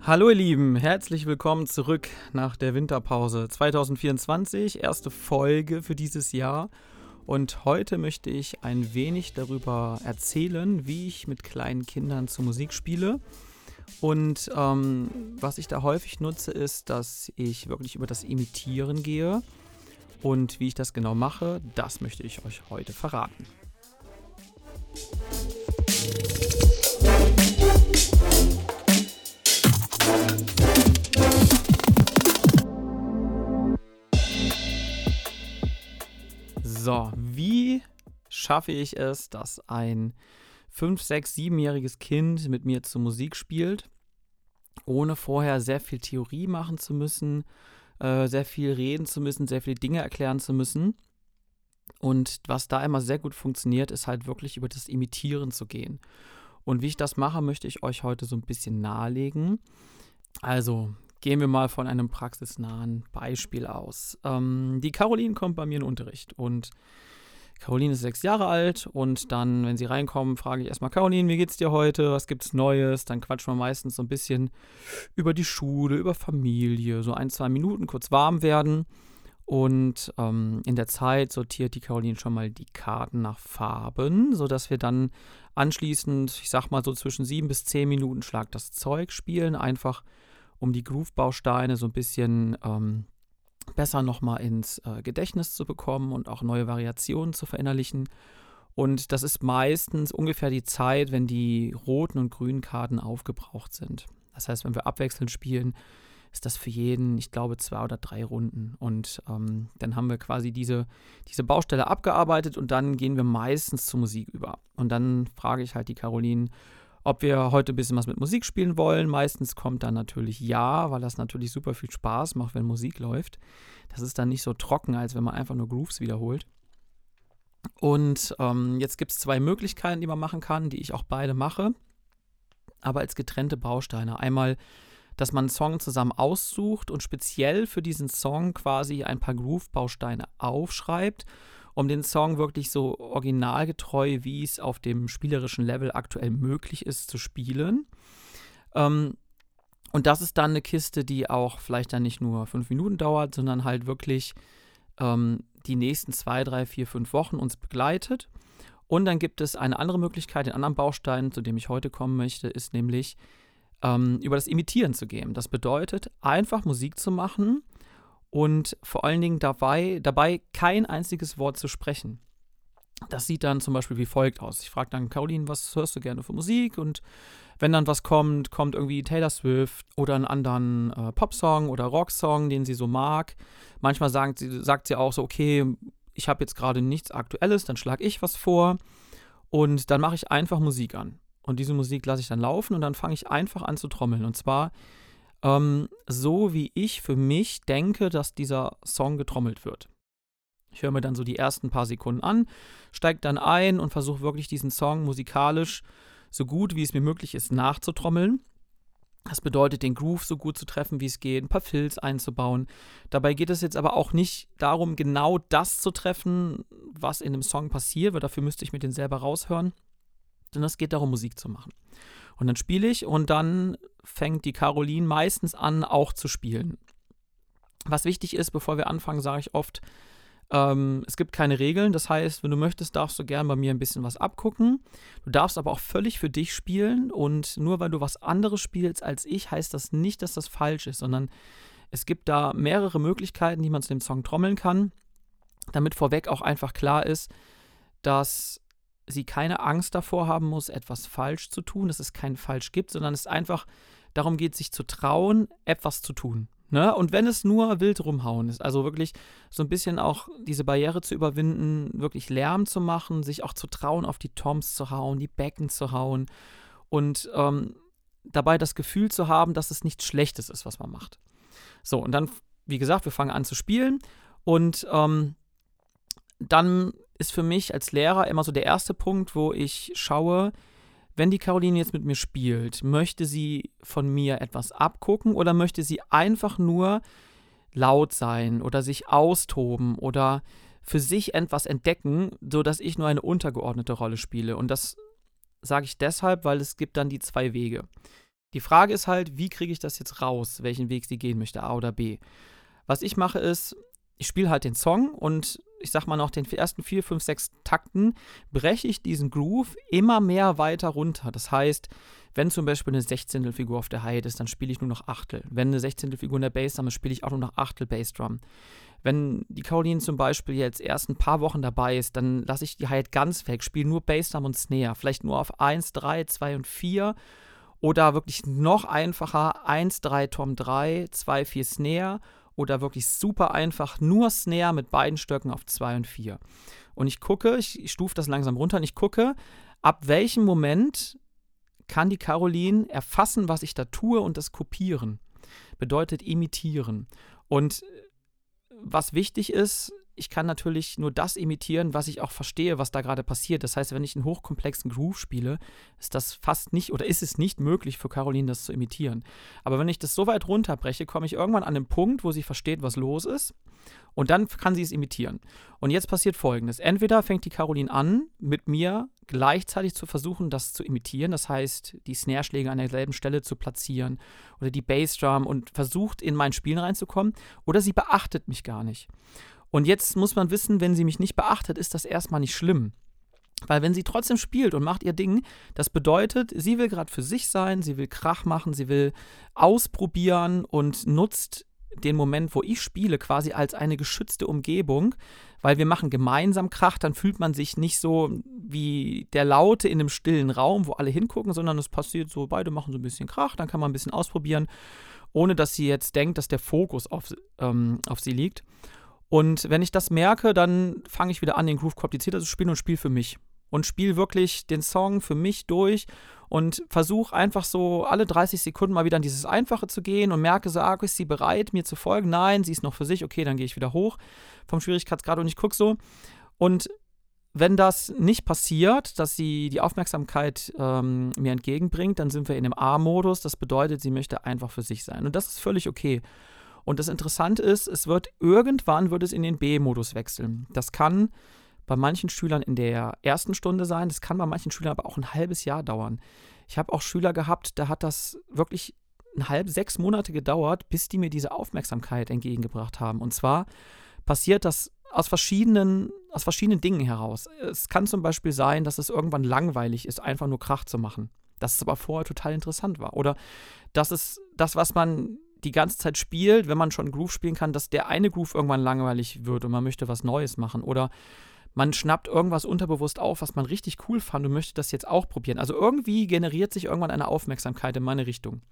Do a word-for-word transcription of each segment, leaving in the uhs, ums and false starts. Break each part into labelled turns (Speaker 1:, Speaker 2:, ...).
Speaker 1: Hallo ihr Lieben, herzlich willkommen zurück nach der Winterpause zwanzig vierundzwanzig, erste Folge für dieses Jahr. Und heute möchte ich ein wenig darüber erzählen, wie ich mit kleinen Kindern zur Musik spiele. Und ähm, was ich da häufig nutze, ist, dass ich wirklich über das Imitieren gehe. Und wie ich das genau mache, das möchte ich euch heute verraten. So, wie schaffe ich es, dass ein fünf-, sechs-, siebenjähriges Kind mit mir zur Musik spielt, ohne vorher sehr viel Theorie machen zu müssen, äh, sehr viel reden zu müssen, sehr viele Dinge erklären zu müssen. Und was da immer sehr gut funktioniert, ist halt wirklich über das Imitieren zu gehen. Und wie ich das mache, möchte ich euch heute so ein bisschen nahelegen. Also, gehen wir mal von einem praxisnahen Beispiel aus. Ähm, die Caroline kommt bei mir in den Unterricht und Caroline ist sechs Jahre alt und dann, wenn sie reinkommen, frage ich erstmal: Caroline, wie geht's dir heute? Was gibt's Neues? Dann quatschen wir meistens so ein bisschen über die Schule, über Familie, so ein, zwei Minuten kurz warm werden. Und ähm, in der Zeit sortiert die Caroline schon mal die Karten nach Farben, sodass wir dann anschließend, ich sag mal so zwischen sieben bis zehn Minuten Schlag das Zeug spielen, einfach um die Groove-Bausteine so ein bisschen ähm, besser nochmal ins äh, Gedächtnis zu bekommen und auch neue Variationen zu verinnerlichen. Und das ist meistens ungefähr die Zeit, wenn die roten und grünen Karten aufgebraucht sind. Das heißt, wenn wir abwechselnd spielen, ist das für jeden, ich glaube, zwei oder drei Runden. Und ähm, dann haben wir quasi diese, diese Baustelle abgearbeitet und dann gehen wir meistens zur Musik über. Und dann frage ich halt die Caroline, ob wir heute ein bisschen was mit Musik spielen wollen. Meistens kommt dann natürlich ja, weil das natürlich super viel Spaß macht, wenn Musik läuft. Das ist dann nicht so trocken, als wenn man einfach nur Grooves wiederholt. Und ähm, jetzt gibt es zwei Möglichkeiten, die man machen kann, die ich auch beide mache, aber als getrennte Bausteine. Einmal, dass man einen Song zusammen aussucht und speziell für diesen Song quasi ein paar Groove-Bausteine aufschreibt, um den Song wirklich so originalgetreu, wie es auf dem spielerischen Level aktuell möglich ist, zu spielen. Ähm, und das ist dann eine Kiste, die auch vielleicht dann nicht nur fünf Minuten dauert, sondern halt wirklich ähm, die nächsten zwei, drei, vier, fünf Wochen uns begleitet. Und dann gibt es eine andere Möglichkeit, den anderen Baustein, zu dem ich heute kommen möchte, ist nämlich ähm, über das Imitieren zu gehen. Das bedeutet, einfach Musik zu machen und vor allen Dingen dabei, dabei kein einziges Wort zu sprechen. Das sieht dann zum Beispiel wie folgt aus. Ich frage dann Caroline, was hörst du gerne für Musik? Und wenn dann was kommt, kommt irgendwie Taylor Swift oder einen anderen äh, Popsong oder Rocksong, den sie so mag. Manchmal sagt sie, sagt sie auch so, okay, ich habe jetzt gerade nichts Aktuelles, dann schlage ich was vor und dann mache ich einfach Musik an. Und diese Musik lasse ich dann laufen und dann fange ich einfach an zu trommeln. Und zwar Ähm, so wie ich für mich denke, dass dieser Song getrommelt wird. Ich höre mir dann so die ersten paar Sekunden an, steige dann ein und versuche wirklich diesen Song musikalisch so gut wie es mir möglich ist nachzutrommeln. Das bedeutet, den Groove so gut zu treffen, wie es geht, ein paar Fills einzubauen. Dabei geht es jetzt aber auch nicht darum, genau das zu treffen, was in dem Song passiert, weil dafür müsste ich mir den selber raushören, sondern es geht darum, Musik zu machen. Und dann spiele ich und dann fängt die Caroline meistens an, auch zu spielen. Was wichtig ist, bevor wir anfangen, sage ich oft, ähm, es gibt keine Regeln. Das heißt, wenn du möchtest, darfst du gerne bei mir ein bisschen was abgucken. Du darfst aber auch völlig für dich spielen. Und nur weil du was anderes spielst als ich, heißt das nicht, dass das falsch ist, sondern es gibt da mehrere Möglichkeiten, die man zu dem Song trommeln kann, damit vorweg auch einfach klar ist, dass sie keine Angst davor haben muss, etwas falsch zu tun, dass es kein Falsch gibt, sondern es einfach darum geht, sich zu trauen, etwas zu tun. Ne? Und wenn es nur wild rumhauen ist, also wirklich so ein bisschen auch diese Barriere zu überwinden, wirklich Lärm zu machen, sich auch zu trauen, auf die Toms zu hauen, die Becken zu hauen und ähm, dabei das Gefühl zu haben, dass es nichts Schlechtes ist, was man macht. So, und dann, wie gesagt, wir fangen an zu spielen und ähm, dann ist für mich als Lehrer immer so der erste Punkt, wo ich schaue, wenn die Caroline jetzt mit mir spielt, möchte sie von mir etwas abgucken oder möchte sie einfach nur laut sein oder sich austoben oder für sich etwas entdecken, sodass ich nur eine untergeordnete Rolle spiele. Und das sage ich deshalb, weil es gibt dann die zwei Wege. Die Frage ist halt, wie kriege ich das jetzt raus, welchen Weg sie gehen möchte, A oder B. Was ich mache ist, ich spiele halt den Song und ich sag mal nach den ersten vier, fünf, sechs Takten breche ich diesen Groove immer mehr weiter runter. Das heißt, wenn zum Beispiel eine Sechzehntelfigur auf der Hi-Hat ist, dann spiele ich nur noch Achtel. Wenn eine Sechzehntelfigur in der Bassdrum ist, spiele ich auch nur noch Achtel Bassdrum. Wenn die Caroline zum Beispiel jetzt erst ein paar Wochen dabei ist, dann lasse ich die Hi-Hat ganz weg, spiele nur Bassdrum und Snare. Vielleicht nur auf eins, drei, zwei und vier oder wirklich noch einfacher eins, drei, Tom drei, zwei, vier Snare oder wirklich super einfach nur Snare mit beiden Stöcken auf zwei und vier. Und ich gucke, ich, ich stufe das langsam runter und ich gucke, ab welchem Moment kann die Caroline erfassen, was ich da tue und das kopieren. Bedeutet imitieren. Und was wichtig ist, ich kann natürlich nur das imitieren, was ich auch verstehe, was da gerade passiert. Das heißt, wenn ich einen hochkomplexen Groove spiele, ist das fast nicht oder ist es nicht möglich für Caroline, das zu imitieren. Aber wenn ich das so weit runterbreche, komme ich irgendwann an den Punkt, wo sie versteht, was los ist. Und dann kann sie es imitieren. Und jetzt passiert Folgendes. Entweder fängt die Caroline an, mit mir gleichzeitig zu versuchen, das zu imitieren. Das heißt, die Snare-Schläge an derselben Stelle zu platzieren oder die Bassdrum und versucht, in mein Spiel reinzukommen. Oder sie beachtet mich gar nicht. Und jetzt muss man wissen, wenn sie mich nicht beachtet, ist das erstmal nicht schlimm. Weil wenn sie trotzdem spielt und macht ihr Ding, das bedeutet, sie will gerade für sich sein, sie will Krach machen, sie will ausprobieren und nutzt den Moment, wo ich spiele, quasi als eine geschützte Umgebung, weil wir machen gemeinsam Krach, dann fühlt man sich nicht so wie der Laute in einem stillen Raum, wo alle hingucken, sondern es passiert so, beide machen so ein bisschen Krach, dann kann man ein bisschen ausprobieren, ohne dass sie jetzt denkt, dass der Fokus auf, ähm, auf sie liegt. Und wenn ich das merke, dann fange ich wieder an, den Groove komplizierter zu spielen und spiele für mich. Und spiele wirklich den Song für mich durch und versuche einfach so alle dreißig Sekunden mal wieder in dieses Einfache zu gehen und merke so, ah, ist sie bereit, mir zu folgen? Nein, sie ist noch für sich. Okay, dann gehe ich wieder hoch vom Schwierigkeitsgrad und ich gucke so. Und wenn das nicht passiert, dass sie die Aufmerksamkeit ähm, mir entgegenbringt, dann sind wir in dem A-Modus. Das bedeutet, sie möchte einfach für sich sein. Und das ist völlig okay. Und das Interessante ist, es wird irgendwann wird es in den B-Modus wechseln. Das kann bei manchen Schülern in der ersten Stunde sein, das kann bei manchen Schülern aber auch ein halbes Jahr dauern. Ich habe auch Schüler gehabt, da hat das wirklich ein halb, sechs Monate gedauert, bis die mir diese Aufmerksamkeit entgegengebracht haben. Und zwar passiert das aus verschiedenen, aus verschiedenen Dingen heraus. Es kann zum Beispiel sein, dass es irgendwann langweilig ist, einfach nur Krach zu machen. Dass es aber vorher total interessant war. Oder dass es das, was man die ganze Zeit spielt, wenn man schon Groove spielen kann, dass der eine Groove irgendwann langweilig wird und man möchte was Neues machen. Oder man schnappt irgendwas unterbewusst auf, was man richtig cool fand und möchte das jetzt auch probieren. Also irgendwie generiert sich irgendwann eine Aufmerksamkeit in meine Richtung.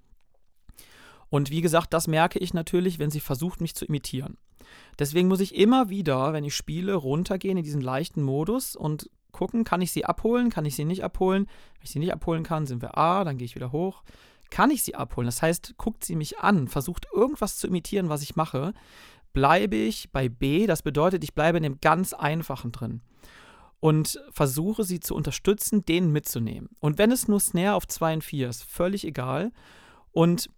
Speaker 1: Und wie gesagt, das merke ich natürlich, wenn sie versucht, mich zu imitieren. Deswegen muss ich immer wieder, wenn ich spiele, runtergehen in diesen leichten Modus und gucken, kann ich sie abholen, kann ich sie nicht abholen. Wenn ich sie nicht abholen kann, sind wir A, dann gehe ich wieder hoch. Kann ich sie abholen? Das heißt, guckt sie mich an, versucht irgendwas zu imitieren, was ich mache, bleibe ich bei B, das bedeutet, ich bleibe in dem ganz Einfachen drin und versuche sie zu unterstützen, den mitzunehmen. Und wenn es nur Snare auf zwei und vier ist, völlig egal. Und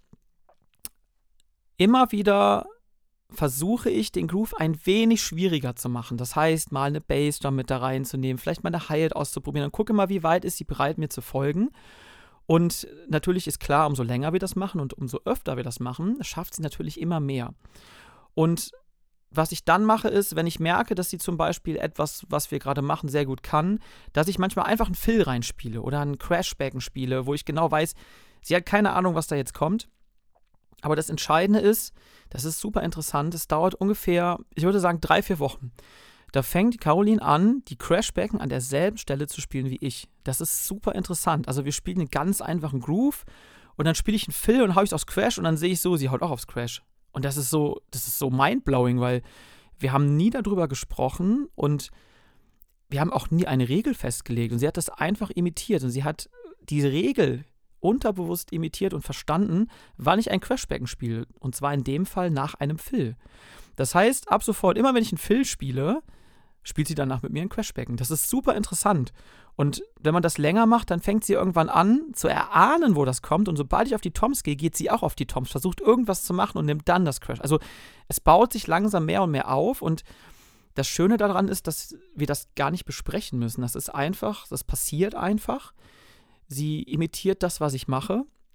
Speaker 1: immer wieder versuche ich, den Groove ein wenig schwieriger zu machen. Das heißt, mal eine Bassdrum mit da reinzunehmen, vielleicht mal eine Hi-Hat auszuprobieren und gucke mal, wie weit ist sie bereit, mir zu folgen. Und natürlich ist klar, umso länger wir das machen und umso öfter wir das machen, schafft sie natürlich immer mehr. Und was ich dann mache, ist, wenn ich merke, dass sie zum Beispiel etwas, was wir gerade machen, sehr gut kann, dass ich manchmal einfach einen Fill reinspiele oder einen Crashbacken spiele, wo ich genau weiß, sie hat keine Ahnung, was da jetzt kommt. Aber das Entscheidende ist, das ist super interessant, es dauert ungefähr, ich würde sagen, drei, vier Wochen. Da fängt Caroline an, die Crashbacken an derselben Stelle zu spielen wie ich. Das ist super interessant. Also wir spielen einen ganz einfachen Groove und dann spiele ich einen Fill und haue ich aufs Crash und dann sehe ich so, sie haut auch aufs Crash. Und das ist so, das ist so mindblowing, weil wir haben nie darüber gesprochen und wir haben auch nie eine Regel festgelegt. Und sie hat das einfach imitiert und sie hat diese Regel unterbewusst imitiert und verstanden, wann ich ein Crashbacken spiele. Und zwar in dem Fall nach einem Fill. Das heißt, ab sofort, immer wenn ich einen Fill spiele, spielt sie danach mit mir ein Crashbacken. Das ist super interessant. Und wenn man das länger macht, dann fängt sie irgendwann an zu erahnen, wo das kommt. Und sobald ich auf die Toms gehe, geht sie auch auf die Toms, versucht irgendwas zu machen und nimmt dann das Crash. Also es baut sich langsam mehr und mehr auf. Und das Schöne daran ist, dass wir das gar nicht besprechen müssen. Das ist einfach, das passiert einfach. Sie imitiert das, was ich mache.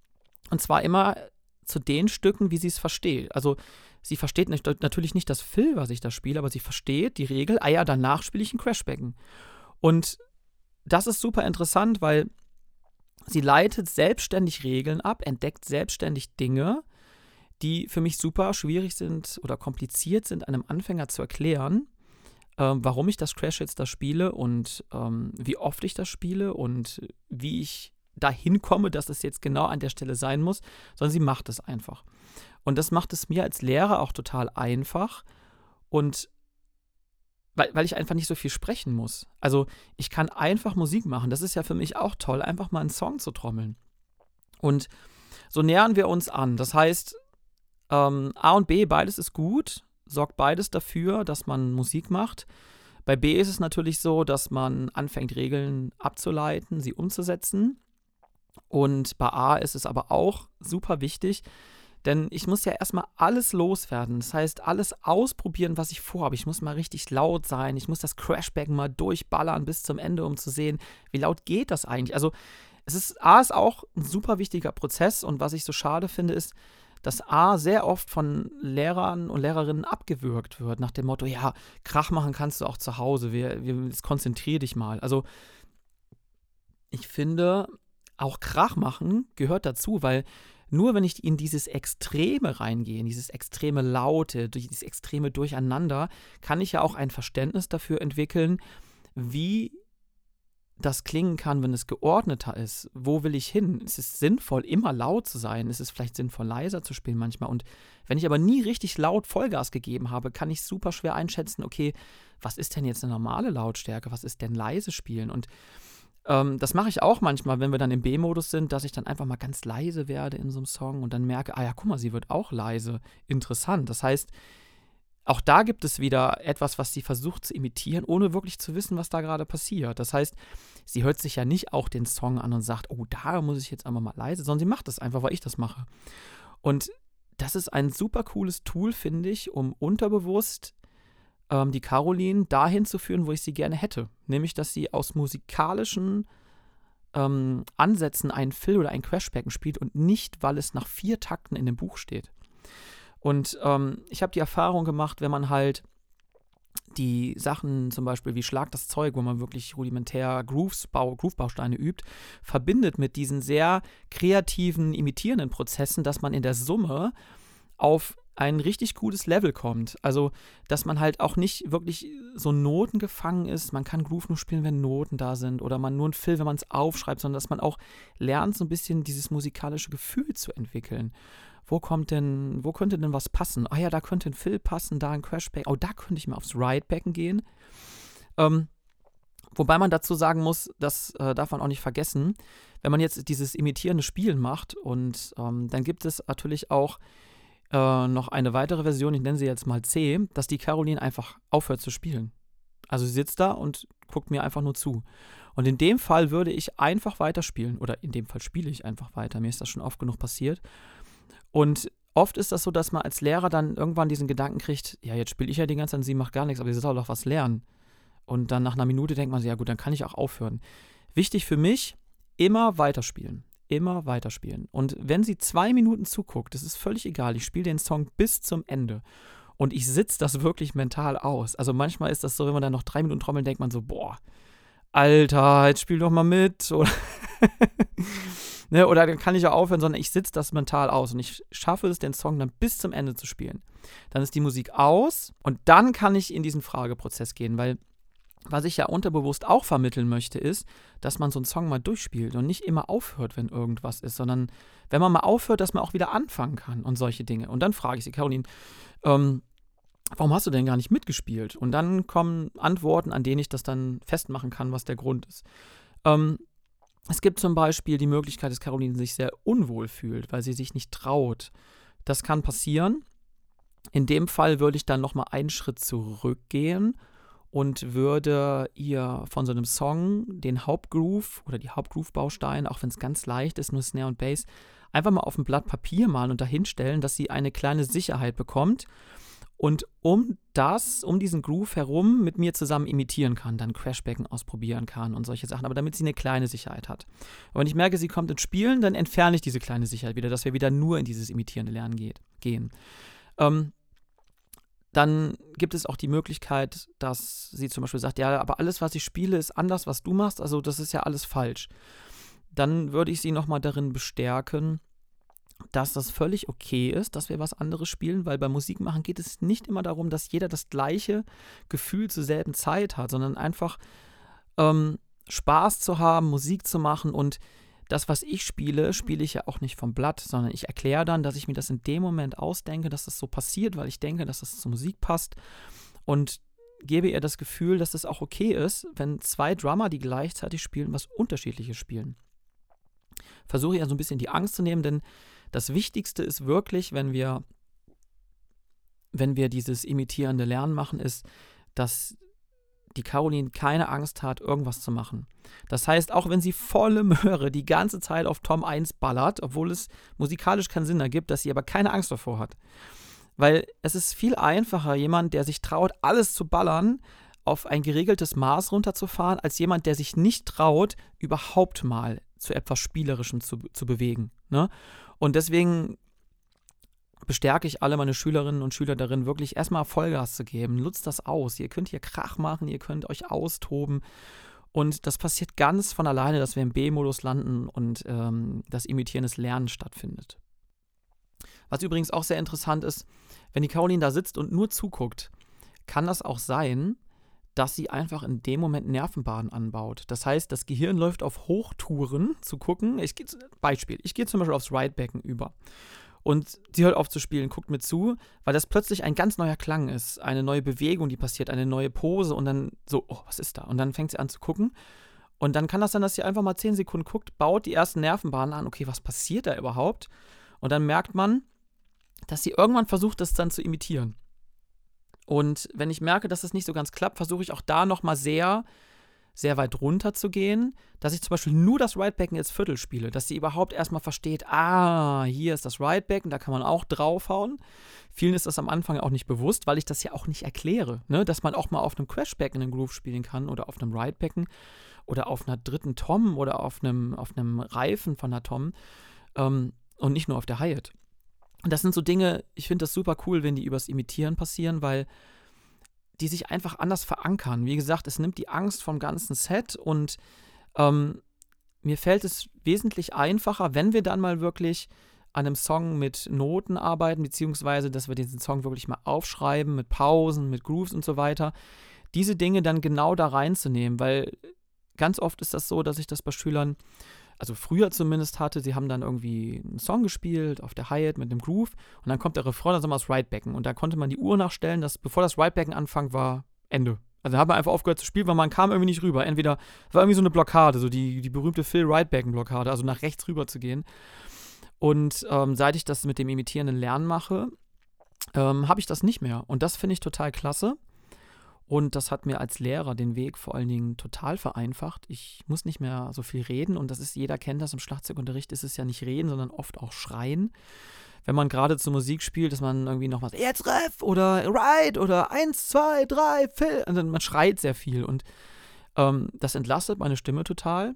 Speaker 1: Und zwar immer zu den Stücken, wie sie es versteht. Also sie versteht nicht, natürlich nicht das Fill, was ich da spiele, aber sie versteht die Regel, ah ja, danach spiele ich ein Crashbecken. Und das ist super interessant, weil sie leitet selbstständig Regeln ab, entdeckt selbstständig Dinge, die für mich super schwierig sind oder kompliziert sind, einem Anfänger zu erklären, ähm, warum ich das Crash jetzt da spiele und ähm, wie oft ich das spiele und wie ich dahin komme, dass es jetzt genau an der Stelle sein muss, sondern sie macht es einfach. Und das macht es mir als Lehrer auch total einfach und weil, weil ich einfach nicht so viel sprechen muss. Also ich kann einfach Musik machen. Das ist ja für mich auch toll, einfach mal einen Song zu trommeln. Und so nähern wir uns an. Das heißt, ähm, A und B, beides ist gut, sorgt beides dafür, dass man Musik macht. Bei B ist es natürlich so, dass man anfängt, Regeln abzuleiten, sie umzusetzen. Und bei A ist es aber auch super wichtig, denn ich muss ja erstmal alles loswerden. Das heißt, alles ausprobieren, was ich vorhabe. Ich muss mal richtig laut sein. Ich muss das Crashbecken mal durchballern bis zum Ende, um zu sehen, wie laut geht das eigentlich. Also es ist, A ist auch ein super wichtiger Prozess und was ich so schade finde, ist, dass A sehr oft von Lehrern und Lehrerinnen abgewürgt wird, nach dem Motto, ja, Krach machen kannst du auch zu Hause, wir, wir, jetzt konzentrier dich mal. Also ich finde, auch Krach machen gehört dazu, weil nur wenn ich in dieses Extreme reingehe, in dieses extreme Laute, durch dieses extreme Durcheinander, kann ich ja auch ein Verständnis dafür entwickeln, wie das klingen kann, wenn es geordneter ist. Wo will ich hin? Es ist sinnvoll, immer laut zu sein. Es ist vielleicht sinnvoll, leiser zu spielen manchmal. Und wenn ich aber nie richtig laut Vollgas gegeben habe, kann ich super schwer einschätzen, okay, was ist denn jetzt eine normale Lautstärke? Was ist denn leise spielen? Und ähm, das mache ich auch manchmal, wenn wir dann im B-Modus sind, dass ich dann einfach mal ganz leise werde in so einem Song und dann merke, ah ja, guck mal, sie wird auch leise. Interessant. Das heißt, auch da gibt es wieder etwas, was sie versucht zu imitieren, ohne wirklich zu wissen, was da gerade passiert. Das heißt, sie hört sich ja nicht auch den Song an und sagt, oh, da muss ich jetzt einmal mal leise, sondern sie macht das einfach, weil ich das mache. Und das ist ein super cooles Tool, finde ich, um unterbewusst ähm, die Caroline dahin zu führen, wo ich sie gerne hätte. Nämlich, dass sie aus musikalischen ähm, Ansätzen einen Fill oder ein Crashbecken spielt und nicht, weil es nach vier Takten in dem Buch steht. Und ähm, ich habe die Erfahrung gemacht, wenn man halt die Sachen zum Beispiel wie Schlag das Zeug, wo man wirklich rudimentär Grooves, Bau, Groove-Bausteine übt, verbindet mit diesen sehr kreativen, imitierenden Prozessen, dass man in der Summe auf ein richtig gutes Level kommt. Also, dass man halt auch nicht wirklich so Noten gefangen ist. Man kann Groove nur spielen, wenn Noten da sind oder man nur ein Fill, wenn man es aufschreibt, sondern dass man auch lernt, so ein bisschen dieses musikalische Gefühl zu entwickeln. Wo kommt denn, wo könnte denn was passen? Ah ja, da könnte ein Fill passen, da ein Crashback. Oh, da könnte ich mal aufs Ridebacken gehen. Ähm, wobei man dazu sagen muss, das äh, darf man auch nicht vergessen, wenn man jetzt dieses imitierende Spielen macht und ähm, dann gibt es natürlich auch äh, noch eine weitere Version, ich nenne sie jetzt mal C, dass die Caroline einfach aufhört zu spielen. Also sie sitzt da und guckt mir einfach nur zu. Und in dem Fall würde ich einfach weiterspielen oder in dem Fall spiele ich einfach weiter. Mir ist das schon oft genug passiert. Und oft ist das so, dass man als Lehrer dann irgendwann diesen Gedanken kriegt, ja, jetzt spiele ich ja die ganze Zeit und sie macht gar nichts, aber sie soll doch was lernen. Und dann nach einer Minute denkt man sich, ja gut, dann kann ich auch aufhören. Wichtig für mich, immer weiterspielen. Immer weiterspielen. Und wenn sie zwei Minuten zuguckt, das ist völlig egal, ich spiele den Song bis zum Ende. Und ich sitze das wirklich mental aus. Also manchmal ist das so, wenn man dann noch drei Minuten trommelt, denkt man so, boah, Alter, jetzt spiel doch mal mit. Oder Ne, oder dann kann ich ja aufhören, sondern ich sitze das mental aus und ich schaffe es, den Song dann bis zum Ende zu spielen. Dann ist die Musik aus und dann kann ich in diesen Frageprozess gehen, weil was ich ja unterbewusst auch vermitteln möchte, ist, dass man so einen Song mal durchspielt und nicht immer aufhört, wenn irgendwas ist, sondern wenn man mal aufhört, dass man auch wieder anfangen kann und solche Dinge. Und dann frage ich sie, Caroline, ähm, warum hast du denn gar nicht mitgespielt? Und dann kommen Antworten, an denen ich das dann festmachen kann, was der Grund ist. Ähm, Es gibt zum Beispiel die Möglichkeit, dass Caroline sich sehr unwohl fühlt, weil sie sich nicht traut. Das kann passieren. In dem Fall würde ich dann nochmal einen Schritt zurückgehen und würde ihr von so einem Song den Hauptgroove oder die Hauptgroove-Bausteine, auch wenn es ganz leicht ist, nur Snare und Bass, einfach mal auf ein Blatt Papier malen und dahinstellen, dass sie eine kleine Sicherheit bekommt und um das, um diesen Groove herum mit mir zusammen imitieren kann, dann Crashbecken ausprobieren kann und solche Sachen, aber damit sie eine kleine Sicherheit hat. Und wenn ich merke, sie kommt ins Spielen, dann entferne ich diese kleine Sicherheit wieder, dass wir wieder nur in dieses imitierende Lernen geht, gehen. Ähm, dann gibt es auch die Möglichkeit, dass sie zum Beispiel sagt, ja, aber alles, was ich spiele, ist anders, was du machst, also das ist ja alles falsch. Dann würde ich sie nochmal darin bestärken, dass das völlig okay ist, dass wir was anderes spielen, weil beim Musikmachen geht es nicht immer darum, dass jeder das gleiche Gefühl zur selben Zeit hat, sondern einfach ähm, Spaß zu haben, Musik zu machen, und das, was ich spiele, spiele ich ja auch nicht vom Blatt, sondern ich erkläre dann, dass ich mir das in dem Moment ausdenke, dass das so passiert, weil ich denke, dass das zur Musik passt, und gebe ihr das Gefühl, dass es auch okay ist, wenn zwei Drummer, die gleichzeitig spielen, was Unterschiedliches spielen. Versuche ihr so ein bisschen die Angst zu nehmen, denn das Wichtigste ist wirklich, wenn wir, wenn wir dieses imitierende Lernen machen, ist, dass die Caroline keine Angst hat, irgendwas zu machen. Das heißt, auch wenn sie volle Möhre die ganze Zeit auf Tom eins ballert, obwohl es musikalisch keinen Sinn ergibt, dass sie aber keine Angst davor hat. Weil es ist viel einfacher, jemand, der sich traut, alles zu ballern, auf ein geregeltes Maß runterzufahren, als jemand, der sich nicht traut, überhaupt mal zu etwas Spielerischem zu, zu bewegen. Ne? Und deswegen bestärke ich alle meine Schülerinnen und Schüler darin, wirklich erstmal Vollgas zu geben. Nutzt das aus. Ihr könnt hier Krach machen, ihr könnt euch austoben. Und das passiert ganz von alleine, dass wir im B-Modus landen und ähm, das imitierendes Lernen stattfindet. Was übrigens auch sehr interessant ist, wenn die Caroline da sitzt und nur zuguckt, kann das auch sein, dass sie einfach in dem Moment Nervenbahnen anbaut. Das heißt, das Gehirn läuft auf Hochtouren zu gucken. Ich, Beispiel, ich gehe zum Beispiel aufs Right-Becken über. Und sie hört auf zu spielen, guckt mir zu, weil das plötzlich ein ganz neuer Klang ist. Eine neue Bewegung, die passiert, eine neue Pose, und dann so, oh, was ist da? Und dann fängt sie an zu gucken. Und dann kann das sein, dass sie einfach mal zehn Sekunden guckt, baut die ersten Nervenbahnen an. Okay, was passiert da überhaupt? Und dann merkt man, dass sie irgendwann versucht, das dann zu imitieren. Und wenn ich merke, dass das nicht so ganz klappt, versuche ich auch da nochmal sehr, sehr weit runter zu gehen, dass ich zum Beispiel nur das Right-Becken als Viertel spiele, dass sie überhaupt erstmal versteht, ah, hier ist das Right-Becken, da kann man auch draufhauen. Vielen ist das am Anfang auch nicht bewusst, weil ich das ja auch nicht erkläre, ne? Dass man auch mal auf einem Crash-Becken einen Groove spielen kann oder auf einem Right-Becken oder auf einer dritten Tom oder auf einem, auf einem Reifen von einer Tom ähm, und nicht nur auf der Hi-Hat. Und das sind so Dinge, ich finde das super cool, wenn die übers Imitieren passieren, weil die sich einfach anders verankern. Wie gesagt, es nimmt die Angst vom ganzen Set, und ähm, mir fällt es wesentlich einfacher, wenn wir dann mal wirklich an einem Song mit Noten arbeiten, beziehungsweise, dass wir diesen Song wirklich mal aufschreiben, mit Pausen, mit Grooves und so weiter, diese Dinge dann genau da reinzunehmen, weil ganz oft ist das so, dass ich das bei Schülern, also früher zumindest hatte, sie haben dann irgendwie einen Song gespielt auf der Hi-Hat mit einem Groove, und dann kommt der Refrain, dann sagen wir das Right-Becken, und da konnte man die Uhr nachstellen, dass bevor das Right-Becken anfängt, war Ende. Also da hat man einfach aufgehört zu spielen, weil man kam irgendwie nicht rüber. Entweder war irgendwie so eine Blockade, so die, die berühmte Phil-Right-Becken-Blockade, also nach rechts rüber zu gehen. Und ähm, seit ich das mit dem imitierenden Lernen mache, ähm, habe ich das nicht mehr. Und das finde ich total klasse. Und das hat mir als Lehrer den Weg vor allen Dingen total vereinfacht. Ich muss nicht mehr so viel reden, und das ist, jeder kennt das, im Schlagzeugunterricht ist es ja nicht reden, sondern oft auch schreien. Wenn man gerade zur Musik spielt, dass man irgendwie noch was, jetzt Ref oder Right oder eins, zwei, drei, Phil. Also man schreit sehr viel, und ähm, das entlastet meine Stimme total.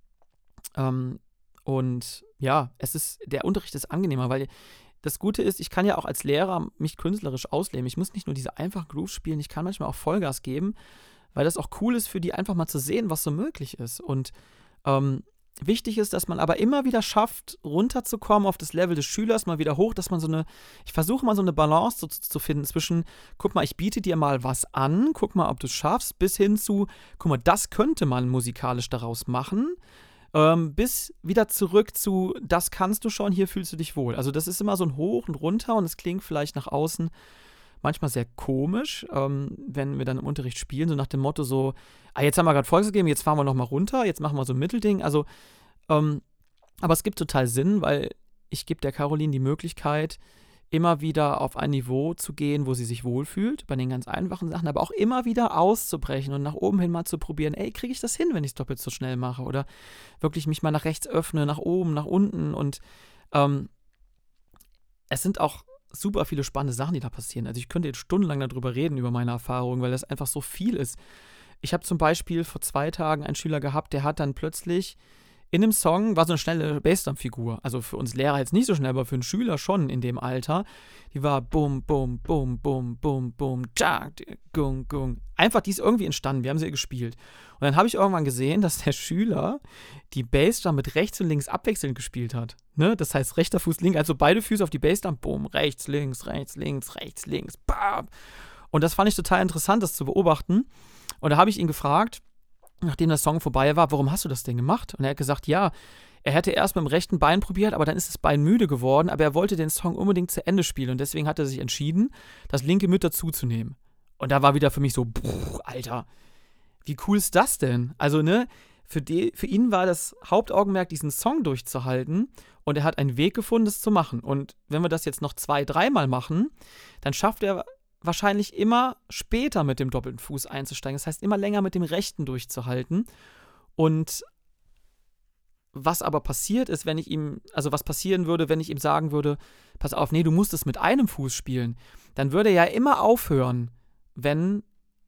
Speaker 1: Ähm, und ja, es ist, der Unterricht ist angenehmer, weil das Gute ist, ich kann ja auch als Lehrer mich künstlerisch ausleben. Ich muss nicht nur diese einfachen Grooves spielen, ich kann manchmal auch Vollgas geben, weil das auch cool ist für die, einfach mal zu sehen, was so möglich ist. Und ähm, wichtig ist, dass man aber immer wieder schafft, runterzukommen auf das Level des Schülers, mal wieder hoch, dass man so eine, ich versuche mal so eine Balance zu, zu finden zwischen, guck mal, ich biete dir mal was an, guck mal, ob du es schaffst, bis hin zu, guck mal, das könnte man musikalisch daraus machen. Ähm, bis wieder zurück zu, das kannst du schon, hier fühlst du dich wohl. Also das ist immer so ein Hoch und Runter, und es klingt vielleicht nach außen manchmal sehr komisch, ähm, wenn wir dann im Unterricht spielen, so nach dem Motto so, ah, jetzt haben wir gerade Vollgas gegeben, jetzt fahren wir nochmal runter, jetzt machen wir so ein Mittelding. Also, ähm, aber es gibt total Sinn, weil ich gebe der Caroline die Möglichkeit, immer wieder auf ein Niveau zu gehen, wo sie sich wohlfühlt, bei den ganz einfachen Sachen, aber auch immer wieder auszubrechen und nach oben hin mal zu probieren, ey, kriege ich das hin, wenn ich es doppelt so schnell mache, oder wirklich mich mal nach rechts öffne, nach oben, nach unten, und ähm, es sind auch super viele spannende Sachen, die da passieren. Also ich könnte jetzt stundenlang darüber reden, über meine Erfahrungen, weil das einfach so viel ist. Ich habe zum Beispiel vor zwei Tagen einen Schüler gehabt, der hat dann plötzlich in einem Song, war so eine schnelle Bassdrum-Figur, also für uns Lehrer jetzt nicht so schnell, aber für einen Schüler schon in dem Alter, die war bum, bum, bum, bum, bum, bum, tschak, gung, gung. Einfach, die ist irgendwie entstanden, wir haben sie gespielt. Und dann habe ich irgendwann gesehen, dass der Schüler die Bassdrum mit rechts und links abwechselnd gespielt hat. Ne? Das heißt, rechter Fuß, links, also beide Füße auf die Bassdrum, bum, rechts, links, rechts, links, rechts, links, bam. Und das fand ich total interessant, das zu beobachten. Und da habe ich ihn gefragt, nachdem der Song vorbei war, warum hast du das denn gemacht? Und er hat gesagt, ja, er hätte erst mit dem rechten Bein probiert, aber dann ist das Bein müde geworden, aber er wollte den Song unbedingt zu Ende spielen und deswegen hat er sich entschieden, das linke mit dazuzunehmen. Und da war wieder für mich so, pff, Alter, wie cool ist das denn? Also, ne, für, die, für ihn war das Hauptaugenmerk, diesen Song durchzuhalten und er hat einen Weg gefunden, das zu machen. Und wenn wir das jetzt noch zwei, dreimal machen, dann schafft er wahrscheinlich immer später mit dem doppelten Fuß einzusteigen. Das heißt, immer länger mit dem rechten durchzuhalten. Und was aber passiert ist, wenn ich ihm, also was passieren würde, wenn ich ihm sagen würde, pass auf, nee, du musst es mit einem Fuß spielen, dann würde er ja immer aufhören, wenn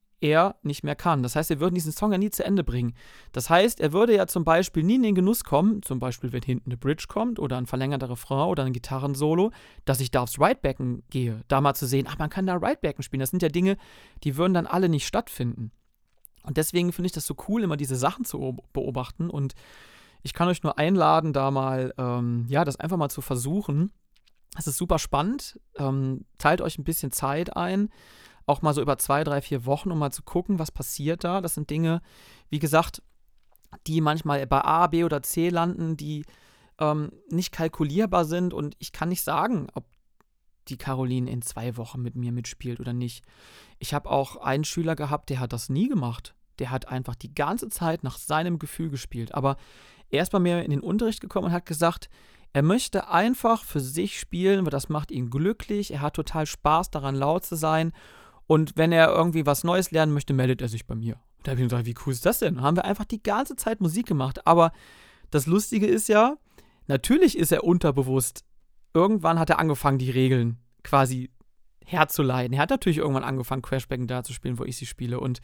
Speaker 1: er nicht mehr kann. Das heißt, wir würden diesen Song ja nie zu Ende bringen. Das heißt, er würde ja zum Beispiel nie in den Genuss kommen, zum Beispiel, wenn hinten eine Bridge kommt oder ein verlängerter Refrain oder ein Gitarrensolo, dass ich da aufs Right-Backen gehe, da mal zu sehen, ach, man kann da Right-Backen spielen. Das sind ja Dinge, die würden dann alle nicht stattfinden. Und deswegen finde ich das so cool, immer diese Sachen zu beobachten und ich kann euch nur einladen, da mal, ähm, ja, das einfach mal zu versuchen. Es ist super spannend. Ähm, teilt euch ein bisschen Zeit ein. Auch mal so über zwei, drei, vier Wochen, um mal zu gucken, was passiert da. Das sind Dinge, wie gesagt, die manchmal bei A, B oder C landen, die ähm, nicht kalkulierbar sind. Und ich kann nicht sagen, ob die Caroline in zwei Wochen mit mir mitspielt oder nicht. Ich habe auch einen Schüler gehabt, der hat das nie gemacht. Der hat einfach die ganze Zeit nach seinem Gefühl gespielt. Aber er ist bei mir in den Unterricht gekommen und hat gesagt, er möchte einfach für sich spielen, weil das macht ihn glücklich. Er hat total Spaß daran, laut zu sein. Und wenn er irgendwie was Neues lernen möchte, meldet er sich bei mir. Da habe ich gesagt, wie cool ist das denn? Dann haben wir einfach die ganze Zeit Musik gemacht. Aber das Lustige ist ja, natürlich ist er unterbewusst. Irgendwann hat er angefangen, die Regeln quasi herzuleiten. Er hat natürlich irgendwann angefangen, Crashbacken da zu spielen, wo ich sie spiele. Und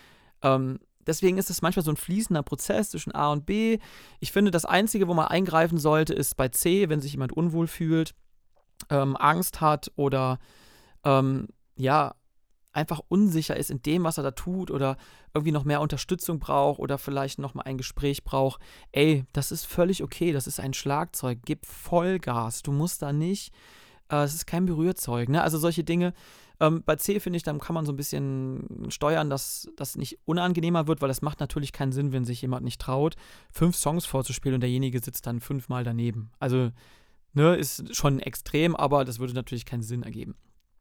Speaker 1: ähm, deswegen ist es manchmal so ein fließender Prozess zwischen A und B. Ich finde, das Einzige, wo man eingreifen sollte, ist bei C, wenn sich jemand unwohl fühlt, ähm, Angst hat oder ähm, ja, einfach unsicher ist in dem, was er da tut oder irgendwie noch mehr Unterstützung braucht oder vielleicht noch mal ein Gespräch braucht. Ey, das ist völlig okay, das ist ein Schlagzeug, gib Vollgas, du musst da nicht, äh, es ist kein Berührzeug, ne? Also solche Dinge. Ähm, bei C, finde ich, dann kann man so ein bisschen steuern, dass das nicht unangenehmer wird, weil das macht natürlich keinen Sinn, wenn sich jemand nicht traut, fünf Songs vorzuspielen und derjenige sitzt dann fünfmal daneben. Also, ne, ist schon extrem, aber das würde natürlich keinen Sinn ergeben.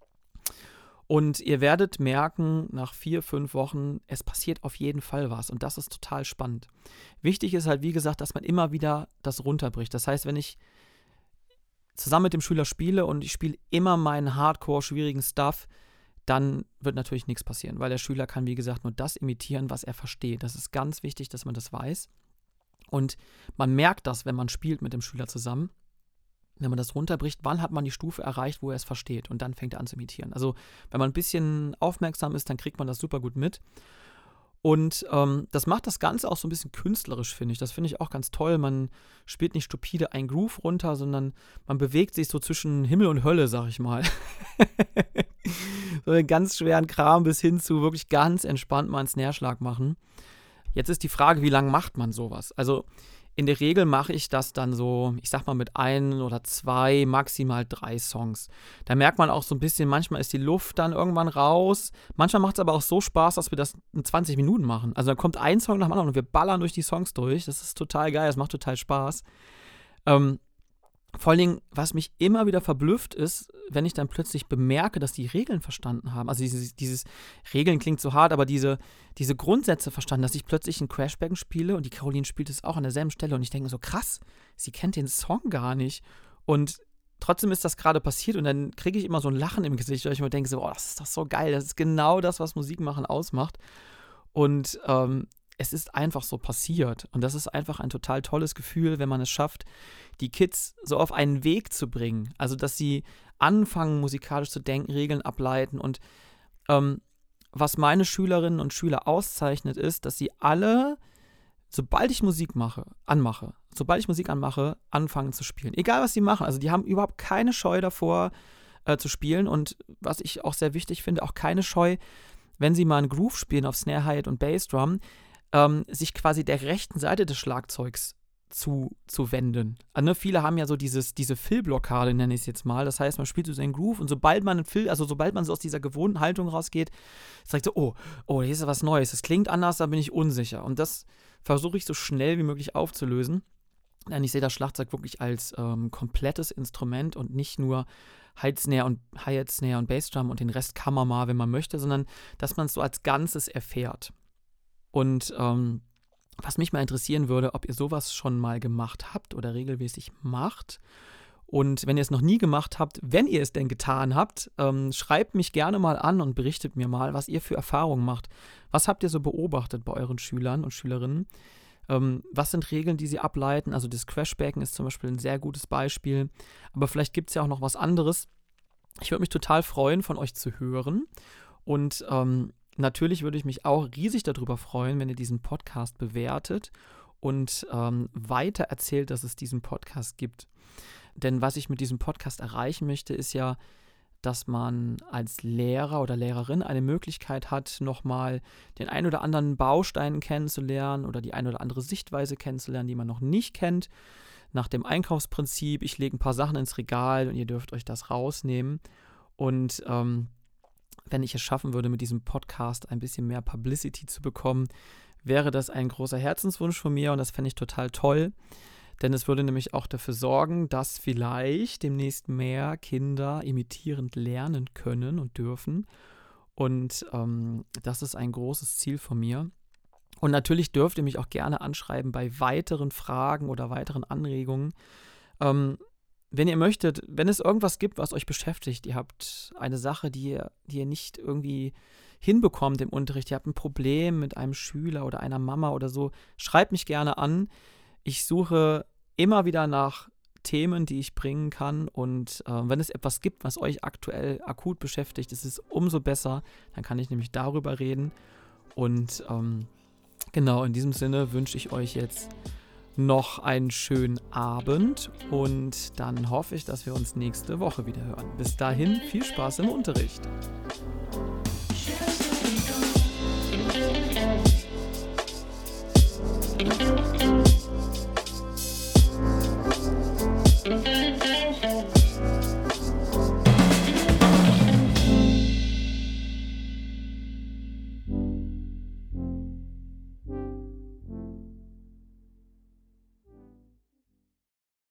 Speaker 1: Und ihr werdet merken, nach vier, fünf Wochen, es passiert auf jeden Fall was. Und das ist total spannend. Wichtig ist halt, wie gesagt, dass man immer wieder das runterbricht. Das heißt, wenn ich zusammen mit dem Schüler spiele und ich spiele immer meinen hardcore schwierigen Stuff, dann wird natürlich nichts passieren. Weil der Schüler kann, wie gesagt, nur das imitieren, was er versteht. Das ist ganz wichtig, dass man das weiß. Und man merkt das, wenn man spielt mit dem Schüler zusammen. Wenn man das runterbricht, wann hat man die Stufe erreicht, wo er es versteht und dann fängt er an zu imitieren. Also wenn man ein bisschen aufmerksam ist, dann kriegt man das super gut mit. Und ähm, das macht das Ganze auch so ein bisschen künstlerisch, finde ich. Das finde ich auch ganz toll. Man spielt nicht stupide einen Groove runter, sondern man bewegt sich so zwischen Himmel und Hölle, sag ich mal. So einen ganz schweren Kram bis hin zu wirklich ganz entspannt mal einen Snare-Schlag machen. Jetzt ist die Frage, wie lange macht man sowas? Also in der Regel mache ich das dann so, ich sag mal mit ein oder zwei, maximal drei Songs. Da merkt man auch so ein bisschen, manchmal ist die Luft dann irgendwann raus. Manchmal macht es aber auch so Spaß, dass wir das in zwanzig Minuten machen. Also dann kommt ein Song nach dem anderen und wir ballern durch die Songs durch. Das ist total geil, das macht total Spaß. Ähm, vor allen Dingen, was mich immer wieder verblüfft ist, wenn ich dann plötzlich bemerke, dass die Regeln verstanden haben. Also dieses, dieses Regeln klingt so hart, aber diese, diese Grundsätze verstanden, dass ich plötzlich ein Crashbacken spiele und die Caroline spielt es auch an derselben Stelle und ich denke mir so, krass, sie kennt den Song gar nicht. Und trotzdem ist das gerade passiert und dann kriege ich immer so ein Lachen im Gesicht, weil ich mir denke so, oh, das ist doch so geil, das ist genau das, was Musik machen ausmacht. Und ähm, es ist einfach so passiert. Und das ist einfach ein total tolles Gefühl, wenn man es schafft, die Kids so auf einen Weg zu bringen. Also, dass sie anfangen, musikalisch zu denken, Regeln ableiten. Und ähm, was meine Schülerinnen und Schüler auszeichnet, ist, dass sie alle, sobald ich Musik mache, anmache, sobald ich Musik anmache, anfangen zu spielen. Egal, was sie machen. Also die haben überhaupt keine Scheu davor, äh, zu spielen. Und was ich auch sehr wichtig finde, auch keine Scheu, wenn sie mal einen Groove spielen auf Snare, Hi-Hat und Bassdrum, ähm, sich quasi der rechten Seite des Schlagzeugs zu, zu wenden. Also, ne, viele haben ja so dieses, diese Fill-Blockade, nenne ich es jetzt mal. Das heißt, man spielt so seinen Groove und sobald man einen Fill, also sobald man so aus dieser gewohnten Haltung rausgeht, sagt so, oh, oh, hier ist ja was Neues, das klingt anders, da bin ich unsicher. Und das versuche ich so schnell wie möglich aufzulösen. Denn ich sehe das Schlagzeug wirklich als ähm, komplettes Instrument und nicht nur Hi-Snare und Hi-Hat-Snare und Bassdrum und den Rest kann man mal, wenn man möchte, sondern dass man es so als Ganzes erfährt. Und ähm, was mich mal interessieren würde, ob ihr sowas schon mal gemacht habt oder regelmäßig macht. Und wenn ihr es noch nie gemacht habt, wenn ihr es denn getan habt, ähm, schreibt mich gerne mal an und berichtet mir mal, was ihr für Erfahrungen macht. Was habt ihr so beobachtet bei euren Schülern und Schülerinnen? Ähm, was sind Regeln, die sie ableiten? Also das Crashbacken ist zum Beispiel ein sehr gutes Beispiel. Aber vielleicht gibt es ja auch noch was anderes. Ich würde mich total freuen, von euch zu hören. Und ähm, natürlich würde ich mich auch riesig darüber freuen, wenn ihr diesen Podcast bewertet und ähm, weiter erzählt, dass es diesen Podcast gibt. Denn was ich mit diesem Podcast erreichen möchte, ist ja, dass man als Lehrer oder Lehrerin eine Möglichkeit hat, nochmal den ein oder anderen Baustein kennenzulernen oder die ein oder andere Sichtweise kennenzulernen, die man noch nicht kennt. Nach dem Einkaufsprinzip, ich lege ein paar Sachen ins Regal und ihr dürft euch das rausnehmen. Und ähm, wenn ich es schaffen würde, mit diesem Podcast ein bisschen mehr Publicity zu bekommen, wäre das ein großer Herzenswunsch von mir und das fände ich total toll. Denn es würde nämlich auch dafür sorgen, dass vielleicht demnächst mehr Kinder imitierend lernen können und dürfen. Und ähm, das ist ein großes Ziel von mir. Und natürlich dürft ihr mich auch gerne anschreiben bei weiteren Fragen oder weiteren Anregungen. Ähm, wenn ihr möchtet, wenn es irgendwas gibt, was euch beschäftigt, ihr habt eine Sache, die ihr, die ihr nicht irgendwie hinbekommt im Unterricht, ihr habt ein Problem mit einem Schüler oder einer Mama oder so, schreibt mich gerne an. Ich suche immer wieder nach Themen, die ich bringen kann und äh, wenn es etwas gibt, was euch aktuell akut beschäftigt, ist es umso besser, dann kann ich nämlich darüber reden und ähm, genau, in diesem Sinne wünsche ich euch jetzt noch einen schönen Abend und dann hoffe ich, dass wir uns nächste Woche wieder hören. Bis dahin, viel Spaß im Unterricht.
Speaker 2: Thank you.